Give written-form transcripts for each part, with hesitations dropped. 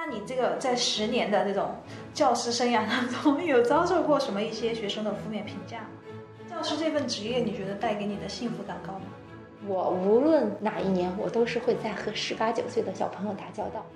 你这个在10年的这种教师生涯当中，有遭受过什么一些学生的负面评价吗？教师这份职业，你觉得带给你的幸福感高吗？ 我无论哪一年，我都是会在和18、19岁的小朋友打交道。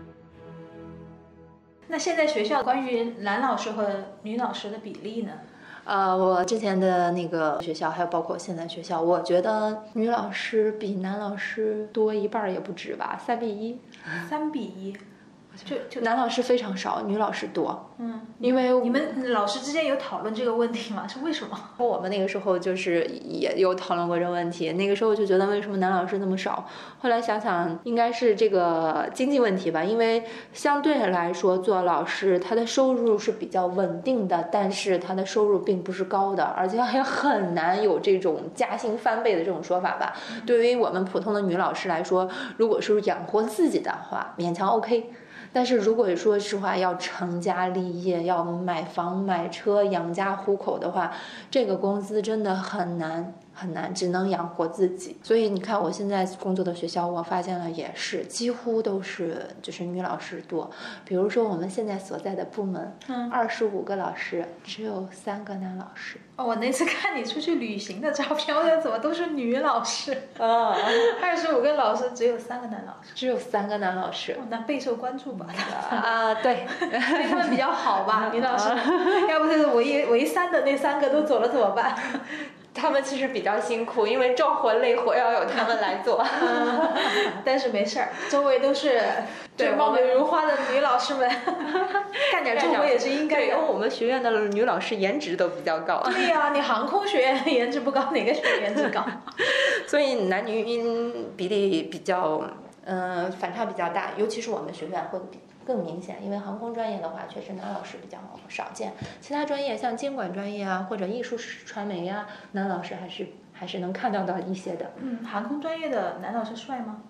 那现在学校关于男老师和女老师的比例呢？ 我之前的那个学校，还有包括现在学校，我觉得女老师比男老师多1半也不止吧，3比1。 3比1。就男老师非常少，女老师多。因为你们老师之间有讨论这个问题吗？是为什么？ 我们那个时候就是也有讨论过这个问题。那个时候就觉得为什么男老师那么少？后来想想，应该是这个经济问题吧。因为相对来说，做老师他的收入是比较稳定的，但是他的收入并不是高的，而且也很难有这种加薪翻倍的这种说法吧。对于我们普通的女老师来说，如果是养活自己的话，勉强 OK。但是如果说实话要成家立业，要买房买车养家糊口的话，这个工资真的很难很难，只能养活自己。所以你看我现在工作的学校，我发现了也是几乎都是就是女老师多。比如说我们现在所在的部门，25个老师只有3个男老师。 我那次看你出去旅行的照片，我想怎么都是女老师25个老师只有3个男老师， 只有3个男老师。 那备受关注吧？ 对， 对他们比较好吧，女老师。要不是唯3的那3个都走了怎么办？ 他们其实比较辛苦，因为重活累活要有他们来做。 但是没事儿，周围都是貌美如花的女老师们，干点重活也是应该的。 因为我们学院的女老师颜值都比较高。 对呀，你航空学院颜值不高，哪个学院颜值高？ 所以男女比例比较反差比较大，尤其是我们学院会更明显，因为航空专业的话，确实男老师比较少见。其他专业像监管专业啊，或者艺术传媒啊，男老师还是能看到一些的。 航空专业的男老师帅吗？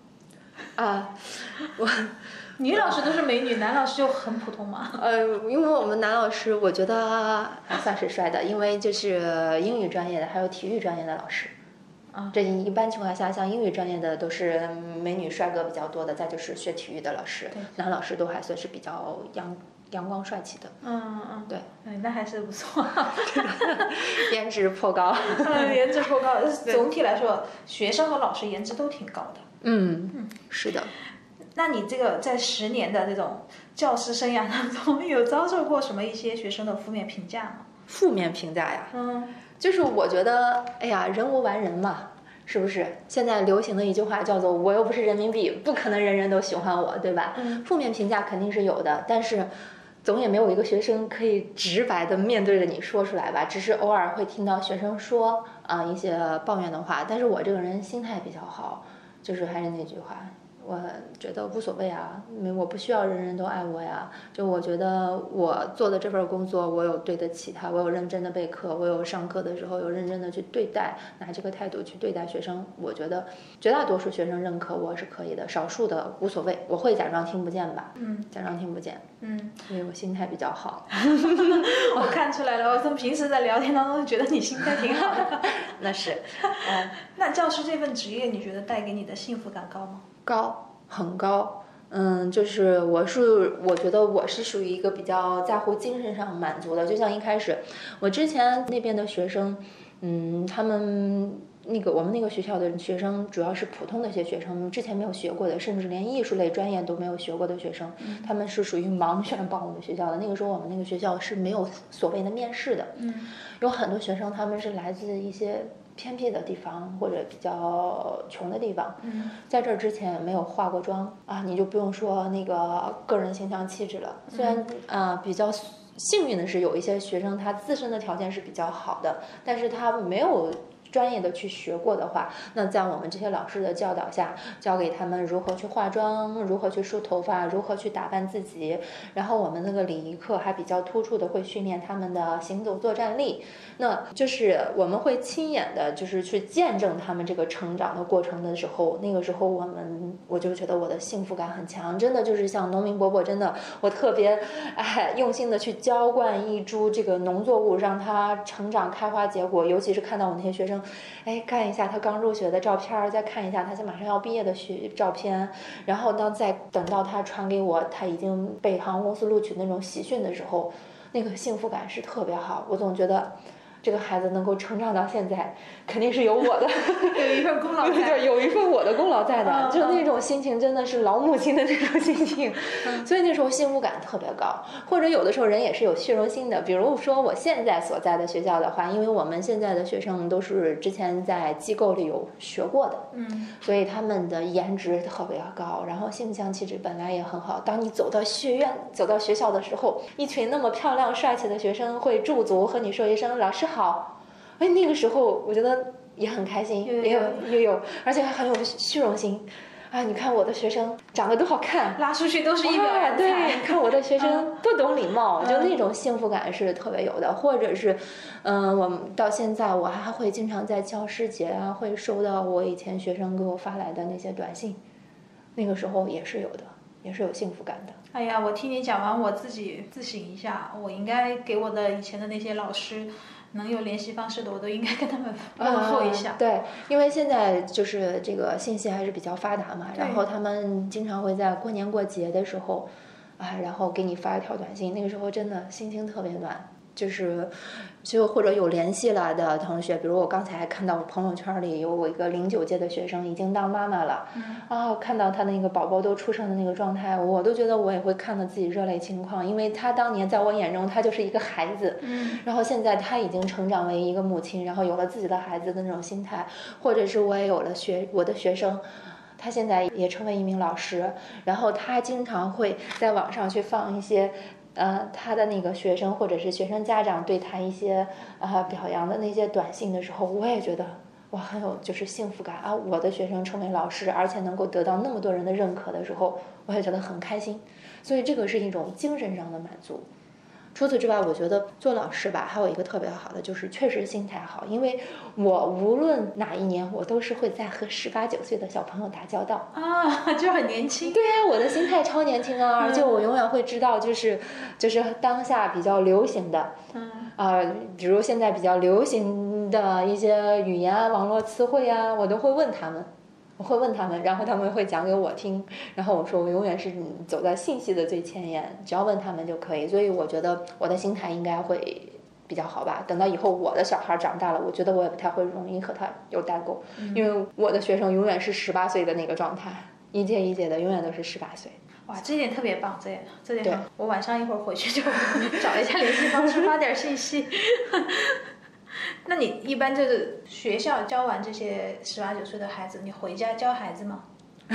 女老师都是美女，男老师就很普通嘛。 因为我们男老师，我觉得还算是帅的，因为就是英语专业的，还有体育专业的老师。这一般情况下，像英语专业的都是美女帅哥比较多的，再就是学体育的老师，男老师都还算是比较阳光帅气的。对， 那还是不错。 颜值颇高。 颜值颇高。总体来说，学生和老师颜值都挺高的。 是的。 那你这个在10年的这种教师生涯当中，有遭受过什么一些学生的负面评价吗？ 负面评价呀？就是我觉得，哎呀，人无完人嘛，是不是？现在流行的一句话叫做"我又不是人民币，不可能人人都喜欢我"，对吧？负面评价肯定是有的，但是总也没有一个学生可以直白的面对着你说出来吧，只是偶尔会听到学生说一些抱怨的话，但是我这个人心态比较好，就是还是那句话。我觉得无所谓啊，我不需要人人都爱我呀。就我觉得我做的这份工作，我有对得起他，我有认真的备课，我有上课的时候有认真的去对待，拿这个态度去对待学生。我觉得绝大多数学生认可我是可以的，少数的无所谓，我会假装听不见吧。假装听不见。因为我心态比较好。 我看出来了，我从平时在聊天当中觉得你心态挺好的。 那是。 那教师这份职业，你觉得带给你的幸福感高吗？ 高，很高。就是我觉得我是属于一个比较在乎精神上满足的。就像一开始我之前那边的学生，他们我们那个学校的学生主要是普通的一些学生，之前没有学过的，甚至连艺术类专业都没有学过的学生，他们是属于盲选报我们学校的。那个时候我们那个学校是没有所谓的面试的。有很多学生他们是来自一些偏僻的地方或者比较穷的地方，在这之前没有化过妆你就不用说那个个人形象气质了。虽然比较幸运的是有一些学生他自身的条件是比较好的，但是他没有专业的去学过的话，那在我们这些老师的教导下，教给他们如何去化妆，如何去梳头发，如何去打扮自己。然后我们那个礼仪课还比较突出的会训练他们的行走作战力，那就是我们会亲眼的就是去见证他们这个成长的过程的时候，那个时候我就觉得我的幸福感很强，真的就是像农民伯伯，真的我特别用心的去浇灌一株这个农作物，让它成长开花结果。尤其是看到我那些学生生，看一下他刚入学的照片，再看一下他马上要毕业的照片，然后呢再等到他传给我他已经被航空公司录取那种喜讯的时候，那个幸福感是特别好。我总觉得这个孩子能够成长到现在，肯定是有我的有一份功劳在， 有一份我的功劳在的，就那种心情真的是老母亲的那种心情，所以那时候幸福感特别高。或者有的时候人也是有虚荣心的，比如说我现在所在的学校的话，因为我们现在的学生都是之前在机构里有学过的，所以他们的颜值特别高，然后形象气质本来也很好。当你走到学院走到学校的时候，一群那么漂亮帅气的学生会驻足和你说一声老师好，那个时候我觉得也很开心，也有，而且还很有虚荣心啊！你看我的学生长得多好看， 拉出去都是一表人才。 对，你看我的学生多懂礼貌，就那种幸福感是特别有的。或者是，我们到现在我还会经常在教师节啊，会收到我以前学生给我发来的那些短信，那个时候也是有的，也是有幸福感的。 哎呀，我听你讲完，我自己自省一下，我应该给我的以前的那些老师。能有联系方式的，我都应该跟他们问候一下。 对，因为现在就是这个信息还是比较发达嘛，然后他们经常会在过年过节的时候，然后给你发一条短信，那个时候真的心情特别暖。就或者有联系了的同学，比如我刚才看到朋友圈里有我一个09届的学生已经当妈妈了，看到他那个宝宝都出生的那个状态，我都觉得我也会看到自己热泪盈眶，因为他当年在我眼中他就是一个孩子，然后现在他已经成长为一个母亲，然后有了自己的孩子的那种心态，或者是我也有了我的学生。他现在也成为一名老师，然后他经常会在网上去放一些他的那个学生或者是学生家长对他一些表扬的那些短信的时候，我也觉得哇很有就是幸福感啊！我的学生成为老师，而且能够得到那么多人的认可的时候，我也觉得很开心。所以这个是一种精神上的满足。除此之外，我觉得做老师吧，还有一个特别好的就是确实心态好，因为我无论哪一年，我都是会在和18、19岁的小朋友打交道就很年轻。 对呀，我的心态超年轻啊，而且我永远会知道，就是当下比较流行的，比如现在比较流行的一些语言啊、网络词汇啊，我都会问他们。我会问他们，然后他们会讲给我听，然后我说我永远是走在信息的最前沿，只要问他们就可以。所以我觉得我的心态应该会比较好吧。等到以后我的小孩长大了，我觉得我也不太会容易和他有代沟，因为我的学生永远是18岁的那个状态，一届一届的永远都是18岁。 哇，这点特别棒，这点好。我晚上一会儿回去就找一下联系方式，发点信息。那你一般就是学校教完这些18、19岁的孩子，你回家教孩子吗？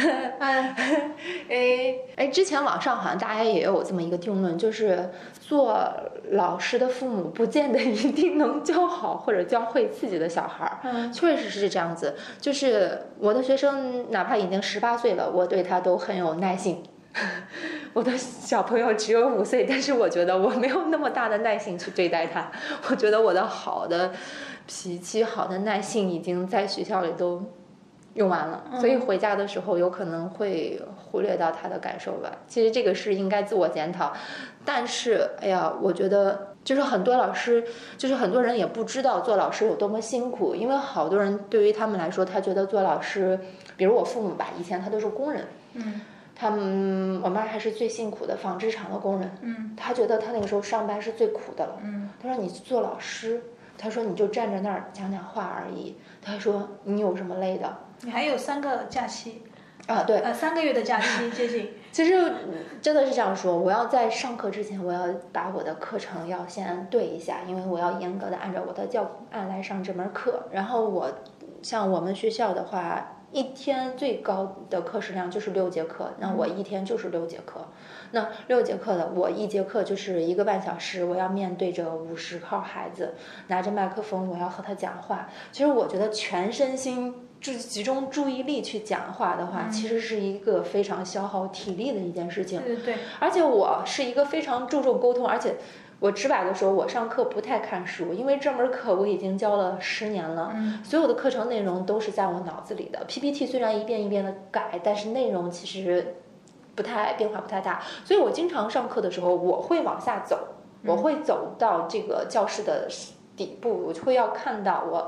之前网上好像大家也有这么一个定论，就是做老师的父母不见得一定能教好或者教会自己的小孩。确实是这样子，就是我的学生哪怕已经18岁了，我对他都很有耐心。我的小朋友只有5岁，但是我觉得我没有那么大的耐心去对待他。我觉得我的好的脾气、好的耐性已经在学校里都用完了，所以回家的时候有可能会忽略到他的感受吧。其实这个是应该自我检讨，但是我觉得就是很多老师，就是很多人也不知道做老师有多么辛苦，因为好多人对于他们来说，他觉得做老师，比如我父母吧，以前他都是工人，我妈还是最辛苦的纺织厂的工人，她觉得她那个时候上班是最苦的了，她说你做老师，她说你就站在那儿讲讲话而已，她说你有什么累的？ 你还有3个假期对 ，3个月的假期接近。 其实真的是这样说，我要在上课之前，我要把我的课程要先对一下，因为我要严格的按照我的教案来上这门课。然后像我们学校的话，一天最高的课时量就是6节课，那我一天就是6节课。那6节课的，我1节课就是1个半小时，我要面对着50号孩子，拿着麦克风，我要和他讲话。其实我觉得全身心集中注意力去讲话的话，其实是一个非常消耗体力的一件事情。 对。 而且我是一个非常注重沟通，而且我直白的说，我上课不太看书，因为这门课我已经教了10年了，所有的课程内容都是在我脑子里的。PPT 虽然一遍一遍的改，但是内容其实变化不太大，所以我经常上课的时候，我会往下走，我会走到这个教室的底部，我就会要看到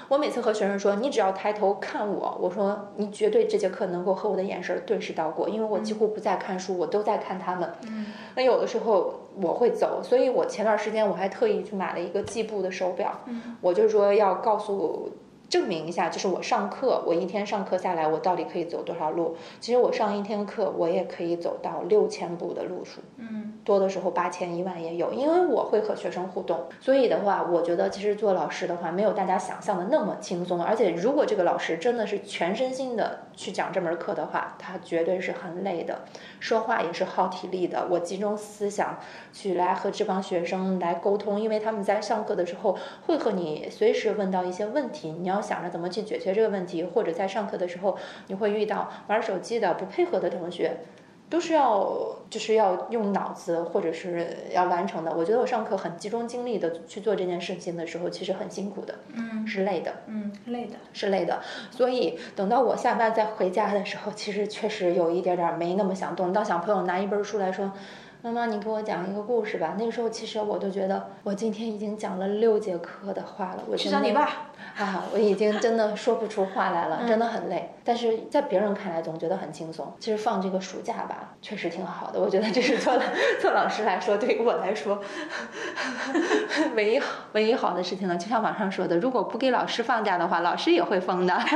我每次和学生说，你只要抬头看我，我说你绝对这节课能够和我的眼神对视到过，因为我几乎不在看书，我都在看他们。那有的时候我会走，所以我前段时间我还特意去买了一个计步的手表，我就是说要告诉证明一下，就是我上课，我一天上课下来，我到底可以走多少路？其实我上一天课，我也可以走到6000步的路数，多的时候8000、10000也有，因为我会和学生互动。所以的话，我觉得其实做老师的话，没有大家想象的那么轻松。而且如果这个老师真的是全身心的去讲这门课的话，他绝对是很累的，说话也是耗体力的。我集中思想去来和这帮学生来沟通，因为他们在上课的时候会和你随时问到一些问题，你要想着怎么去解决这个问题，或者在上课的时候你会遇到玩手机的不配合的同学，都是就是要用脑子或者是要完成的。我觉得我上课很集中精力的去做这件事情的时候，其实很辛苦的，是累的，是累的。所以等到我下班再回家的时候，其实确实有一点点没那么想动。当小朋友拿一本书来说，妈妈，你给我讲一个故事吧。那个时候其实我都觉得，我今天已经讲了6节课的话了，我去找你爸啊，我已经真的说不出话来了，真的很累。但是在别人看来总觉得很轻松。其实放这个暑假吧，确实挺好的。我觉得这是做老师来说，对于我来说，唯一好的事情了。就像网上说的，如果不给老师放假的话，老师也会疯的。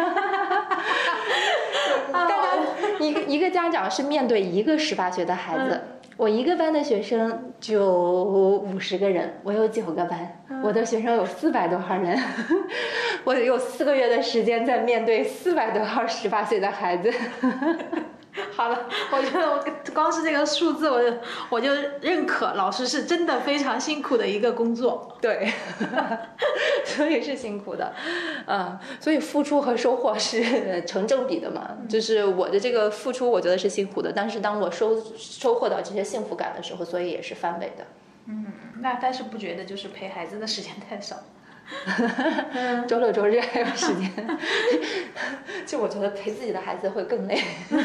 大家一个家长是面对一个18岁的孩子。我一个班的学生就50个人，我有9个班，我的学生有400多号人，我有4个月的时间在面对400多号18岁的孩子。 好了，我觉得我光是这个数字，我就认可老师是真的非常辛苦的一个工作。 对，所以是辛苦的，所以付出和收获是成正比的嘛。就是我的这个付出，我觉得是辛苦的，但是当我收获到这些幸福感的时候，所以也是翻倍的。 那但是不觉得就是陪孩子的时间太少？ 周六周日还有时间，就我觉得陪自己的孩子会更累，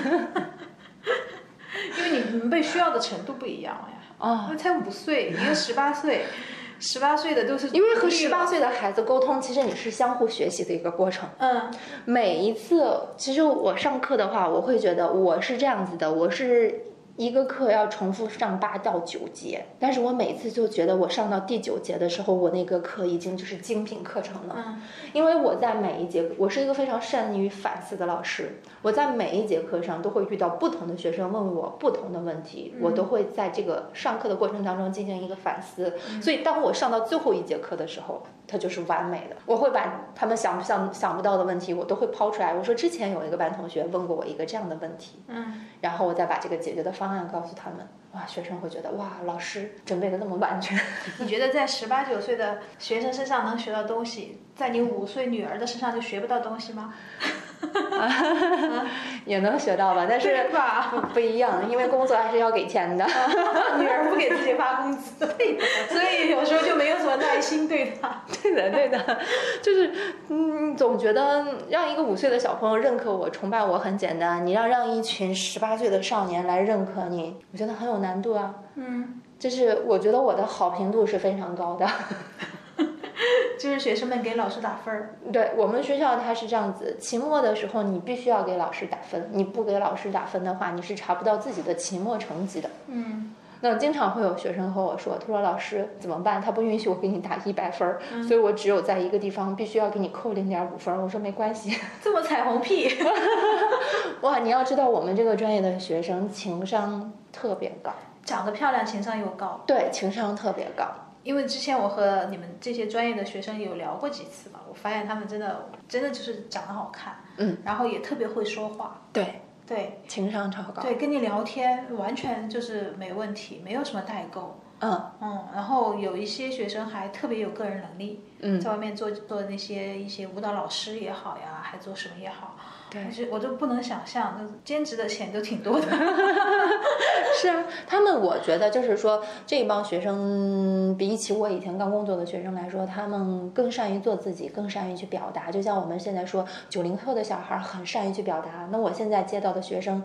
因为你们被需要的程度不一样呀。因为才5岁，一个18岁，18岁的都是因为和18岁的孩子沟通，其实你是相互学习的一个过程。每一次，其实我上课的话，我会觉得我是这样子的，我是一个课要重复上8到9节，但是我每次就觉得我上到第9节的时候，我那个课已经就是精品课程了。因为我在每一节，我是一个非常善于反思的老师，我在每一节课上都会遇到不同的学生问我不同的问题，我都会在这个上课的过程当中进行一个反思。所以当我上到最后一节课的时候，它就是完美的。我会把他们想不到的问题，我都会抛出来。我说之前有一个班同学问过我一个这样的问题，然后我再把这个解决的方案告诉他们。哇，学生会觉得哇，老师准备的那么完全。 你觉得在18、19岁的学生身上能学到东西，在你5岁女儿的身上就学不到东西吗？ 也能学到吧，但是不一样，因为工作还是要给钱的。 女儿不给自己发工资，所以有时候就没有什么耐心对她。 对的，就是总觉得让一个5岁的小朋友认可我、崇拜我很简单，你让一群18岁的少年来认可你，我觉得很有难度啊。就是我觉得我的好评度是非常高的。 就是学生们给老师打分。 对，我们学校它是这样子，期末的时候你必须要给老师打分，你不给老师打分的话，你是查不到自己的期末成绩的。那经常会有学生和我说，他说老师怎么办？他不允许我给你打100分，所以我只有在一个地方必须要给你扣0.5分。我说没关系。 这么彩虹屁。 哇，你要知道我们这个专业的学生情商特别高， 长得漂亮，情商又高。 对，情商特别高。 因为之前我和你们这些专业的学生有聊过几次吧，我发现他们真的就是长得好看，然后也特别会说话。对， 情商超高。 对，跟你聊天完全就是没问题，没有什么代沟。然后有一些学生还特别有个人能力，在外面做那些一些舞蹈老师也好呀，还做什么也好。对，我就不能想象，兼职的钱都挺多的。 是啊，他们我觉得就是说，这帮学生比起我以前刚工作的学生来说，他们更善于做自己，更善于去表达。就像我们现在说90后的小孩很善于去表达，那我现在接到的学生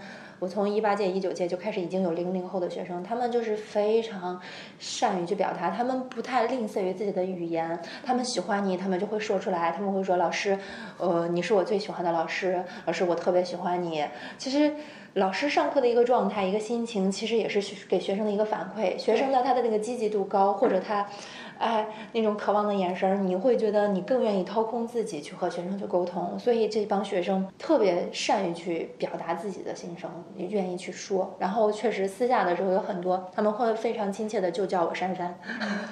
我从18届、19届就开始已经有00后的学生，他们就是非常善于去表达，他们不太吝啬于自己的语言，他们喜欢你，他们就会说出来，他们会说老师，你是我最喜欢的老师，老师我特别喜欢你。其实老师上课的一个状态、一个心情，其实也是给学生的一个反馈。学生的他的那个积极度高，或者他，那种渴望的眼神，你会觉得你更愿意掏空自己去和学生去沟通。所以这帮学生特别善于去表达自己的心声，也愿意去说。然后确实私下的时候有很多，他们会非常亲切的就叫我珊珊。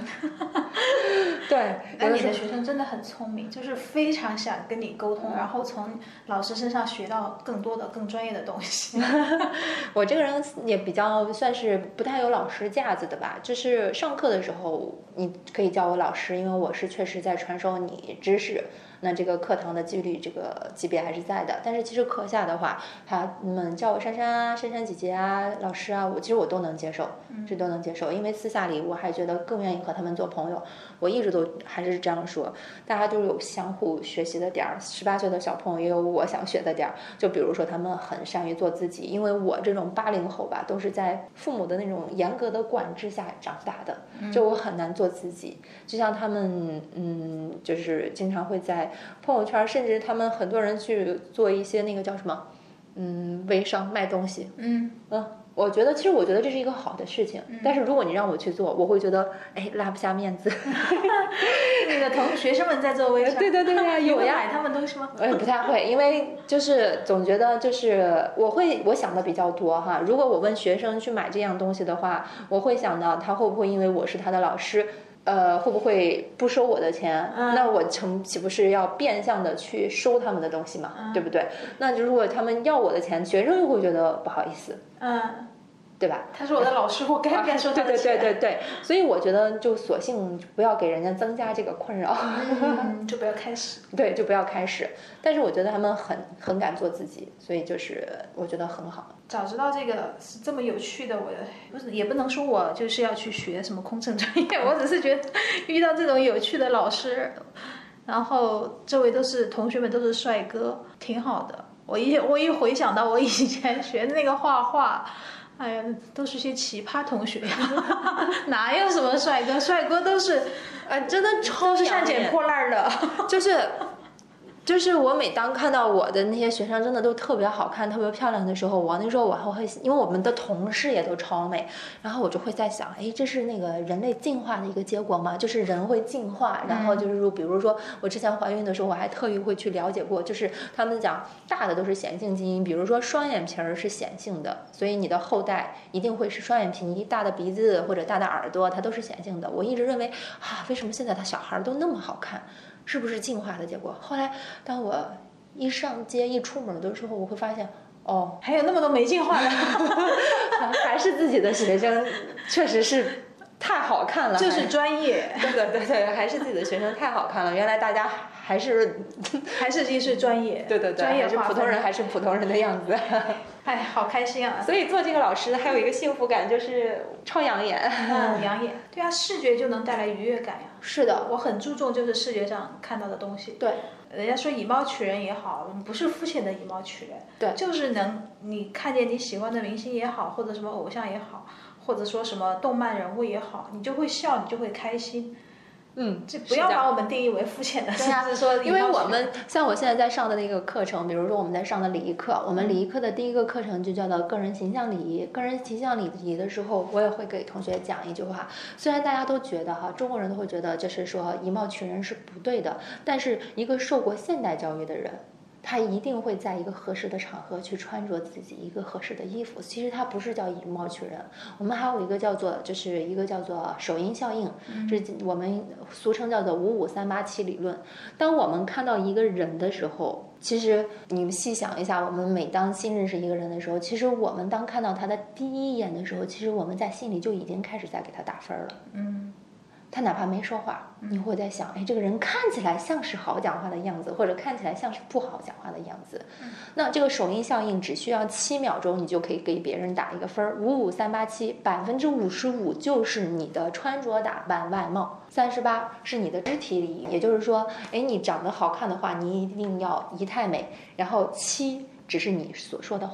对， 那你的学生真的很聪明，就是非常想跟你沟通，然后从老师身上学到更多的、更专业的东西。 我这个人也比较算是不太有老师架子的吧，就是上课的时候你可以叫我老师，因为我是确实在传授你知识，那这个课堂的纪律这个级别还是在的。但是其实课下的话，他们叫我珊珊啊、珊珊姐姐啊、老师啊，其实我都能接受，这都能接受，因为私下里我还觉得更愿意和他们做朋友。我一直都还是这样说，大家都有相互学习的点儿。18岁的小朋友也有我想学的点儿，就比如说他们很善于做自己，因为我这种80后吧，都是在父母的那种严格的管制下长大的，就我很难做自己。就像他们，就是经常会在朋友圈，甚至他们很多人去做一些那个叫什么，微商卖东西，我觉得这是一个好的事情，但是如果你让我去做，我会觉得拉不下面子。 你的学生们在做微商， 对呀，有呀。 买他们东西吗？ 不太会，因为就是总觉得就是我想的比较多哈。如果我问学生去买这样东西的话，我会想到他会不会因为我是他的老师，会不会不收我的钱？那我岂不是要变相的去收他们的东西嘛？对不对？那如果他们要我的钱，学生又会觉得不好意思。对吧？ 他是我的老师，我该不该收他的钱？ 对，所以我觉得就索性不要给人家增加这个困扰， 就不要开始。 对，就不要开始。但是我觉得他们很敢做自己，所以就是我觉得很好。 早知道这个是这么有趣的，也不能说我就是要去学什么空乘专业，我只是觉得遇到这种有趣的老师，然后周围同学们都是帅哥，挺好的。我一回想到我以前学的那个画画。哎呀，都是些奇葩同学呀，哪有什么帅哥？帅哥都是， 真的超像捡破烂的， 就是我每当看到我的那些学生真的都特别好看、特别漂亮的时候，那时候我还会，因为我们的同事也都超美，然后我就会在想，这是那个人类进化的一个结果吗？就是人会进化，然后就是说，比如说我之前怀孕的时候，我还特意会去了解过，就是他们讲大的都是显性基因，比如说双眼皮儿是显性的，所以你的后代一定会是双眼皮、大的鼻子或者大的耳朵，它都是显性的。我一直认为为什么现在的小孩都那么好看？是不是进化的结果？后来当我一上街一出门的时候，我会发现还有那么多没进化的还是自己的学生确实是太好看了， 就是专业。 对，还是自己的学生太好看了。原来大家还是专业， 对， 专业还是普通人，还是普通人的样子。 好开心啊！ 所以做这个老师还有一个幸福感，就是超养眼。 养眼。对啊，视觉就能带来愉悦感呀。 是的， 我很注重就是视觉上看到的东西。 对， 人家说以貌取人也好，我们不是肤浅的以貌取人， 对， 就是你看见你喜欢的明星也好，或者什么偶像也好，或者说什么动漫人物也好，你就会笑，你就会开心。这不要把我们定义为肤浅的，甚至说， 因为我们像我现在在上的那个课程，比如说我们在上的礼仪课，我们礼仪课的第一个课程就叫做个人形象礼仪。个人形象礼仪的时候，我也会给同学讲一句话。虽然大家都觉得中国人都会觉得就是说以貌取人是不对的，但是一个受过现代教育的人，他一定会在一个合适的场合去穿着自己一个合适的衣服。其实它不是叫以貌取人，我们还有一个叫做首因效应，这我们俗称叫做55387理论。当我们看到一个人的时候，其实你们细想一下，我们每当新认识一个人的时候，其实我们当看到他的第一眼的时候，其实我们在心里就已经开始在给他打分了。他哪怕没说话，你会在想，这个人看起来像是好讲话的样子，或者看起来像是不好讲话的样子。那这个首因效应只需要7秒钟，你就可以给别人打一个分。55387%，55%就是你的穿着打扮外貌，38%是你的肢体礼仪。也就是说，你长得好看的话，你一定要仪态美。然后7只是你所说的话。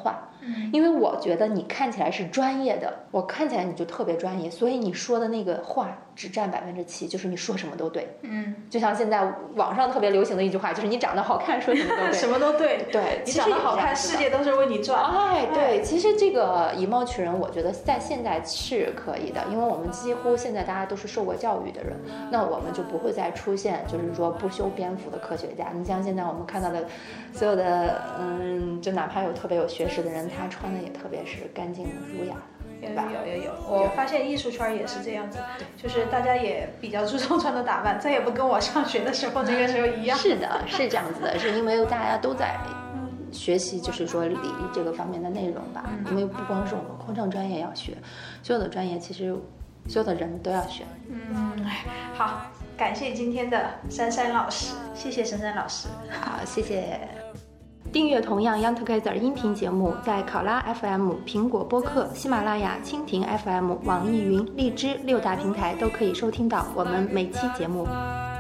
因为我觉得你看起来是专业的，我看起来你就特别专业，所以你说的那个话只占7%，就是你说什么都对。就像现在网上特别流行的一句话，就是你长得好看，说什么都对。 什么都对。 对， 你长得好看，世界都是为你转。 哎，对，其实这个以貌取人，我觉得在现在是可以的，因为我们几乎现在大家都是受过教育的人，那我们就不会再出现就是说不修边幅的科学家。你像现在我们看到的所有的，就哪怕有特别有学识的人，他穿的也特别是干净儒雅的。 有，我发现艺术圈也是这样子，就是大家也比较注重穿的打扮，再也不跟我上学的时候那个时候一样。 是的，是这样子的，是因为大家都在学习，就是说礼仪这个方面的内容吧。因为不光是我们空乘专业要学，所有的专业其实所有的人都要学。 好，感谢今天的珊珊老师，谢谢珊珊老师。 好，谢谢。订阅同样 Young Together 音频节目，在考拉 FM、苹果播客、喜马拉雅、蜻蜓 FM、网易云、荔枝6大平台都可以收听到我们每期节目。